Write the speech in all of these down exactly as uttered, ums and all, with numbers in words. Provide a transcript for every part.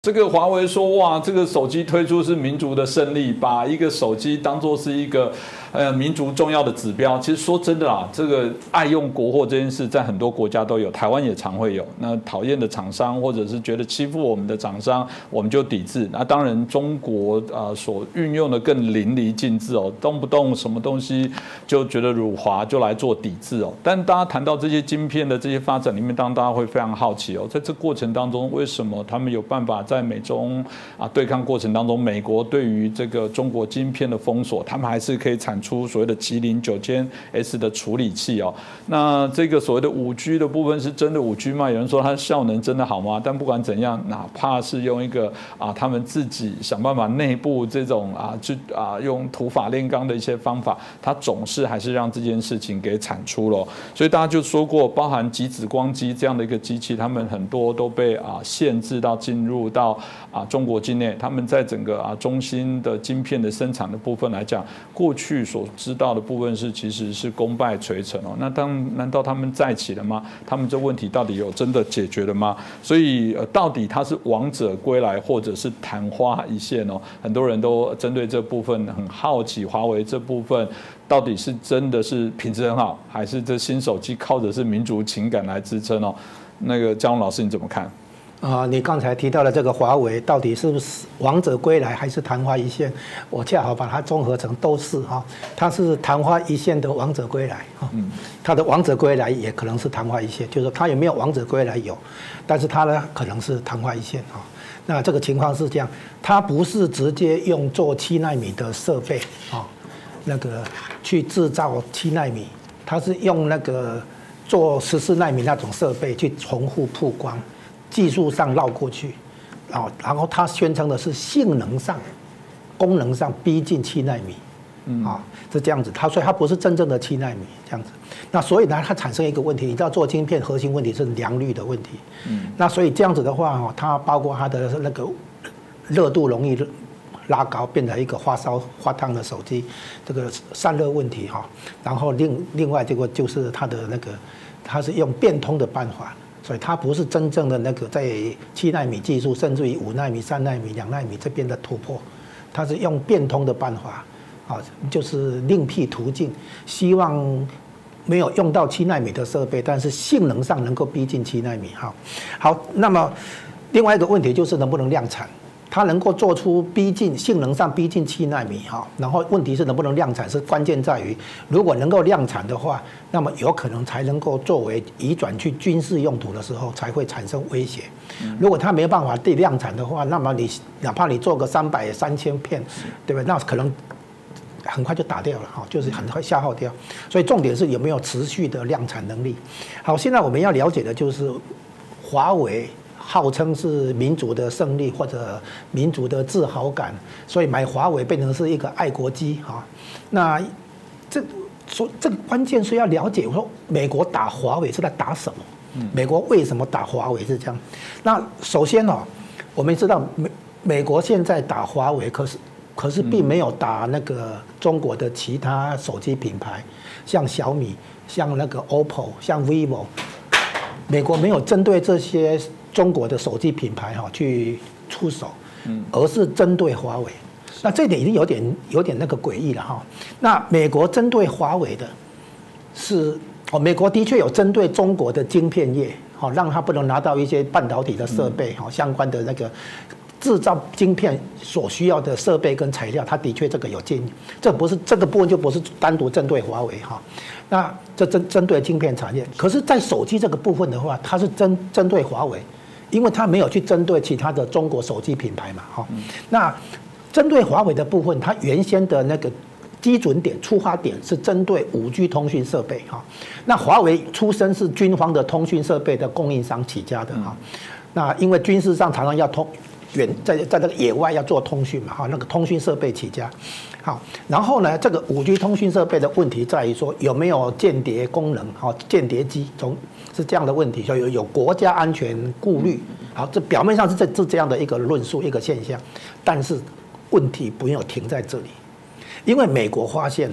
这个华为说哇，这个手机推出是民族的胜利，把一个手机当作是一个呃民族重要的指标。其实说真的啦，这个爱用国货这件事，在很多国家都有，台湾也常会有。那讨厌的厂商，或者是觉得欺负我们的厂商，我们就抵制。那当然，中国啊、呃、所运用的更淋漓尽致哦，动不动什么东西就觉得辱华，就来做抵制哦。但大家谈到这些晶片的这些发展里面，当然大家会非常好奇哦，在这过程当中，为什么他们有办法在美中啊对抗过程当中，美国对于这个中国晶片的封锁，他们还是可以产出所谓的麒麟九千 S 的处理器哦。那这个所谓的五 G 的部分是真的五 G 吗？有人说它效能真的好吗？但不管怎样，哪怕是用一个啊他们自己想办法内部这种啊去啊用土法炼钢的一些方法，它总是还是让这件事情给产出了。所以大家就说过，包含极紫光机这样的一个机器，他们很多都被啊限制到进入到啊中国境内。他们在整个啊中芯的晶片的生产的部分来讲，过去所知道的部分是其实是功败垂成哦。那当难道他们再起了吗？他们这问题到底有真的解决了吗？所以呃，到底它是王者归来，或者是昙花一现哦？很多人都针对这部分很好奇，华为这部分到底是真的是品质很好，还是这新手机靠的是民族情感来支撑哦？那个江龙老师你怎么看？ 啊，你刚才提到的这个华为到底是不是王者归来还是昙花一现？我恰好把它综合成都是哈，它是昙花一现的王者归来哈，它的王者归来也可能是昙花一现，就是它有没有王者归来有，但是它呢可能是昙花一现哈。那这个情况是这样，它不是直接用做七奈米的设备啊，那个去制造七奈米，它是用那个做十四奈米那种设备去重复曝光。技术上绕过去，啊，然后它宣称的是性能上、功能上逼近七奈米，啊，是这样子。它所以它不是真正的七奈米这样子。那所以呢，它产生一个问题，你知道做晶片核心问题是良率的问题。嗯。那所以这样子的话，哈，它包括它的那个热度容易拉高，变成一个发烧发烫的手机，这个散热问题哈。然后另另外这个就是它的那个，它是用变通的办法。所以它不是真正的那个在七奈米技术，甚至于五奈米、三奈米、两奈米这边的突破，它是用变通的办法，啊，就是另辟途径，希望没有用到七奈米的设备，但是性能上能够逼近七奈米。哈，好，那么另外一个问题就是能不能量产？它能够做出逼近性能上逼近七奈米哈，然后问题是能不能量产是关键在于，如果能够量产的话，那么有可能才能够作为移转去军事用途的时候才会产生威胁。如果它没有办法对量产的话，那么你哪怕你做个三百三千片，对不对？那可能很快就打掉了哈，就是很快消耗掉。所以重点是有没有持续的量产能力。好，现在我们要了解的就是华为。号称是民族的胜利或者民族的自豪感，所以买华为变成是一个爱国机哈。那这说这个关键是要了解，我说美国打华为是在打什么？美国为什么打华为是这样？那首先哦，我们知道美美国现在打华为，可是可是并没有打那个中国的其他手机品牌，像小米、像那个 O P P O、像 vivo， 美国没有针对这些。中国的手机品牌哈去出手，而是针对华为，那这点已经有点有点那个诡异了哈。那美国针对华为的是哦，美国的确有针对中国的晶片业，好让它不能拿到一些半导体的设备哈相关的那个制造晶片所需要的设备跟材料，它的确这个有建议，这不是这个部分就不是单独针对华为哈。那这针针对晶片产业，可是，在手机这个部分的话，它是针针对华为。因为它没有去针对其他的中国手机品牌嘛，哈，那针对华为的部分，它原先的那个基准点、出发点是针对五 G 通讯设备，哈。那华为出身是军方的通讯设备的供应商起家的，哈。那因为军事上常常要通远在在这个野外要做通讯嘛，哈，那个通讯设备起家，好，然后呢，这个五 G 通讯设备的问题在于说有没有间谍功能，哈，间谍机从。是这样的问题，就有有国家安全顾虑。好，这表面上是这是这样的一个论述一个现象，但是问题不要停在这里，因为美国发现哈，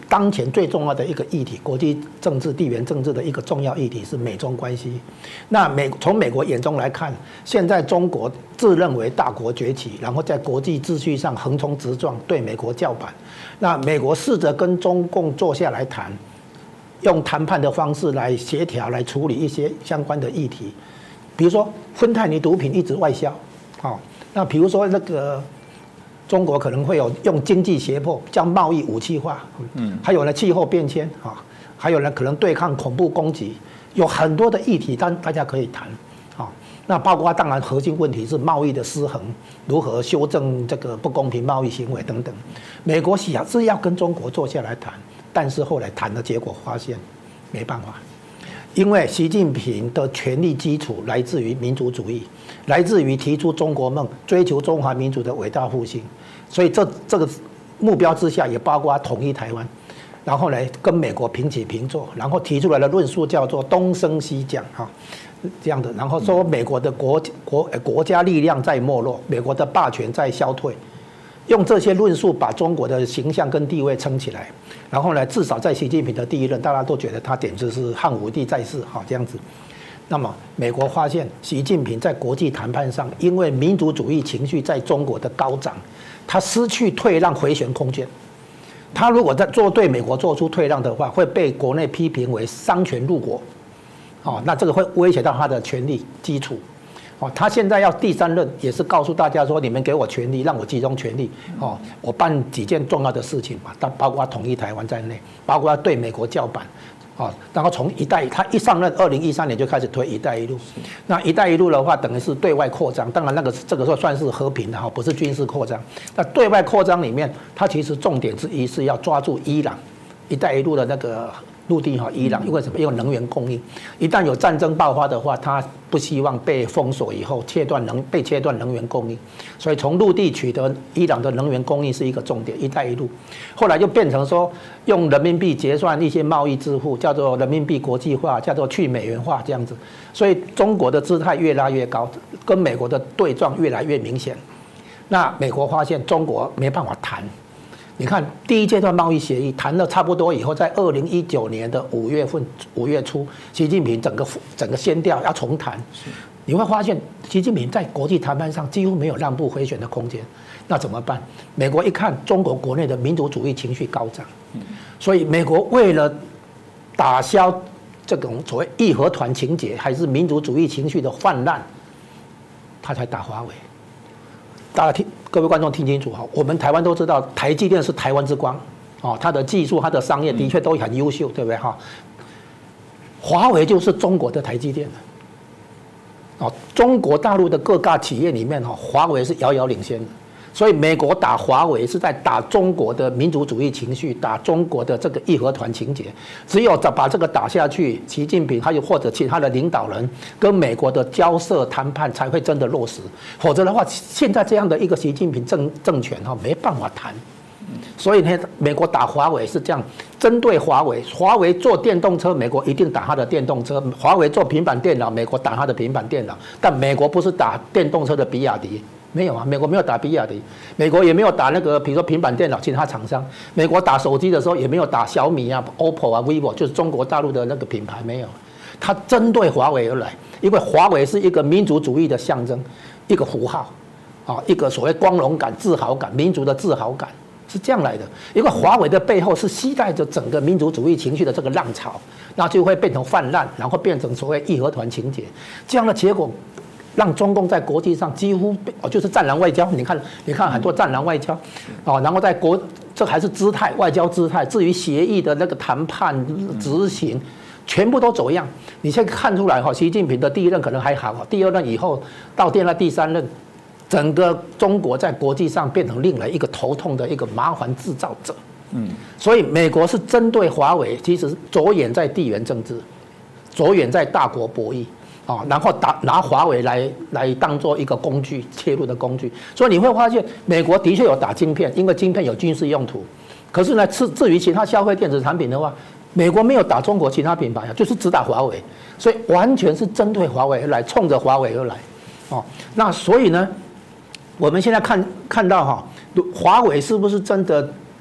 当前最重要的一个议题，国际政治、地缘政治的一个重要议题是美中关系。那美从美国眼中来看，现在中国自认为大国崛起，然后在国际秩序上横冲直撞，对美国叫板。那美国试着跟中共坐下来谈，用谈判的方式来协调、来处理一些相关的议题，比如说芬太尼毒品一直外销，好，那比如说那个。中国可能会有用经济胁迫，将贸易武器化，嗯，还有呢气候变迁啊，还有呢可能对抗恐怖攻击，有很多的议题，但大家可以谈，啊，那包括当然核心问题是贸易的失衡，如何修正这个不公平贸易行为等等。美国想是要跟中国坐下来谈，但是后来谈的结果发现没办法，因为习近平的权力基础来自于民族主义，来自于提出中国梦、追求中华民族的伟大复兴。所以这这个目标之下，也包括统一台湾，然后呢跟美国平起平坐，然后提出来的论述叫做东升西降哈，这样的，然后说美国的国国国家力量在没落，美国的霸权在消退，用这些论述把中国的形象跟地位撑起来，然后呢至少在习近平的第一任，大家都觉得他简直是汉武帝在世哈这样子。那么，美国发现习近平在国际谈判上，因为民族主义情绪在中国的高涨，他失去退让回旋空间。他如果在做对美国做出退让的话，会被国内批评为丧权入国，哦，那这个会威胁到他的权力基础。哦，他现在要第三任，也是告诉大家说，你们给我权力，让我集中权力，哦，我办几件重要的事情嘛，但包括统一台湾在内，包括对美国叫板。啊，然后从一带，他一上任，二零一三年就开始推一带一路。那一带一路的话，等于是对外扩张，当然那个这个时候算是和平的哈，不是军事扩张。那对外扩张里面，它其实重点之一是要抓住伊朗，一带一路的那个陆地哈，伊朗因为什么？因为能源供应，一旦有战争爆发的话，他不希望被封锁以后切断能被切断能源供应，所以从陆地取得伊朗的能源供应是一个重点。一带一路，后来就变成说用人民币结算一些贸易支付，叫做人民币国际化，叫做去美元化这样子。所以中国的姿态越拉越高，跟美国的对撞越来越明显。那美国发现中国没办法谈。你看，第一阶段贸易协议谈了差不多以后，在二零一九年的五月份五月初，习近平整个整个掀掉要重谈，你会发现习近平在国际谈判上几乎没有让步回旋的空间。那怎么办？美国一看中国国内的民族主义情绪高涨，所以美国为了打消这种所谓义和团情节还是民族主义情绪的泛滥，他才打华为。大家听，各位观众听清楚哈，我们台湾都知道台积电是台湾之光，哦，它的技术、它的商业的确都很优秀，对不对哈？华为就是中国的台积电，哦，中国大陆的各大企业里面哈，华为是遥遥领先的。所以美国打华为是在打中国的民族主义情绪，打中国的这个义和团情节。只有把这个打下去，习近平还有或者其他的领导人跟美国的交涉谈判才会真的落实。否则的话，现在这样的一个习近平政政权哈，没办法谈。所以呢，美国打华为是这样，针对华为，华为做电动车，美国一定打它的电动车；华为做平板电脑，美国打它的平板电脑。但美国不是打电动车的比亚迪。没有啊，美国没有打比亚迪，美国也没有打那个，比如说平板电脑其他厂商。美国打手机的时候也没有打小米啊、O P P O 啊、vivo， 就是中国大陆的那个品牌没有。它针对华为而来，因为华为是一个民族主义的象征，一个符号，啊，一个所谓光荣感、自豪感、民族的自豪感是这样来的。因为华为的背后是携带着整个民族主义情绪的这个浪潮，那就会变成泛滥，然后变成所谓义和团情节，这样的结果。让中共在国际上几乎哦，就是战狼外交。你看，你看很多战狼外交，哦，然后在国这还是姿态，外交姿态。至于协议的那个谈判执行，全部都走样。你现在看出来哈，习近平的第一任可能还好，第二任以后到第二、第三任，整个中国在国际上变成另来一个头痛的一个麻烦制造者。嗯，所以美国是针对华为，其实着眼在地缘政治，着眼在大国博弈。啊，然后打拿华为来来当做一个工具切入的工具，所以你会发现，美国的确有打晶片，因为晶片有军事用途。可是呢，至至于其他消费电子产品的话，美国没有打中国其他品牌啊，就是只打华为，所以完全是针对华为而来，冲着华为而来。哦，那所以呢，我们现在看看到哈，华为是不是真的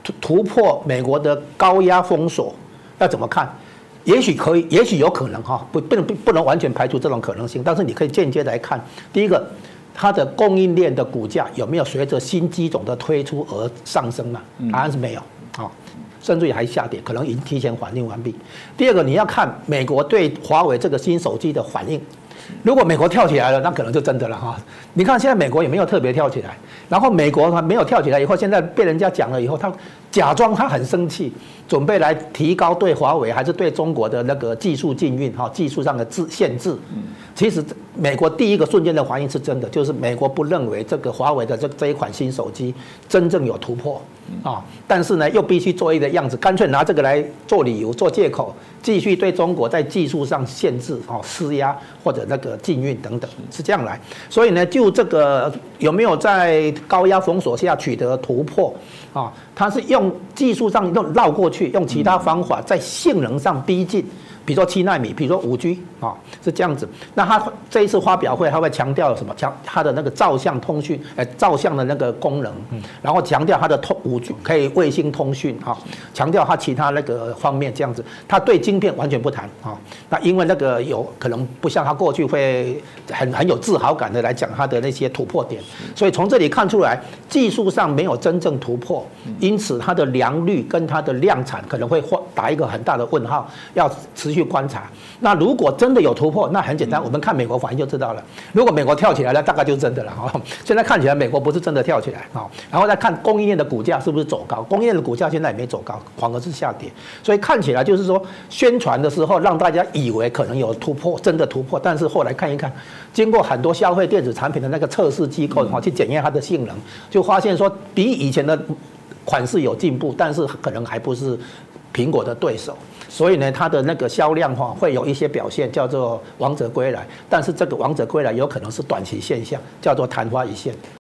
突突破美国的高压封锁，要怎么看？也许可以，也许有可能哈，不不能不能完全排除这种可能性，但是你可以间接来看，第一个，它的供应链的股价有没有随着新机种的推出而上升呢？答案是没有啊，甚至于还下跌，可能已经提前反应完毕。第二个，你要看美国对华为这个新手机的反应。如果美国跳起来了，那可能就真的了哈。你看现在美国也没有特别跳起来，然后美国它没有跳起来以后，现在被人家讲了以后，他假装他很生气，准备来提高对华为还是对中国的那个技术禁运哈，技术上的制限制。其实美国第一个瞬间的反应是真的，就是美国不认为这个华为的这这一款新手机真正有突破啊，但是呢又必须做一个样子，干脆拿这个来做理由、做借口，继续对中国在技术上限制啊、施压或者那个禁运等等，是这样来。所以呢，就这个有没有在高压封锁下取得突破啊？它是用技术上用绕过去，用其他方法在性能上逼近。比如说七纳米，比如说五 G 啊，是这样子。那他这一次发表会，他会强调什么？强他的那个照相通讯，呃，照相的那个功能，然后强调它的通五 G 可以卫星通讯啊，强调它其他那个方面这样子。他对晶片完全不谈啊。那因为那个有可能不像他过去会很很有自豪感的来讲他的那些突破点，所以从这里看出来，技术上没有真正突破，因此它的良率跟它的量产可能会打一个很大的问号，要持续。去观察，那如果真的有突破，那很简单，我们看美国反应就知道了。如果美国跳起来了，大概就是真的了哈。现在看起来美国不是真的跳起来啊，然后再看供应链的股价是不是走高，供应链的股价现在也没走高，反而是下跌，所以看起来就是说宣传的时候让大家以为可能有突破，真的突破，但是后来看一看，经过很多消费电子产品的那个测试机构哈去检验它的性能，就发现说比以前的款式有进步，但是可能还不是苹果的对手。所以呢，它的那个销量哈会有一些表现，叫做王者归来，但是这个王者归来有可能是短期现象，叫做昙花一现。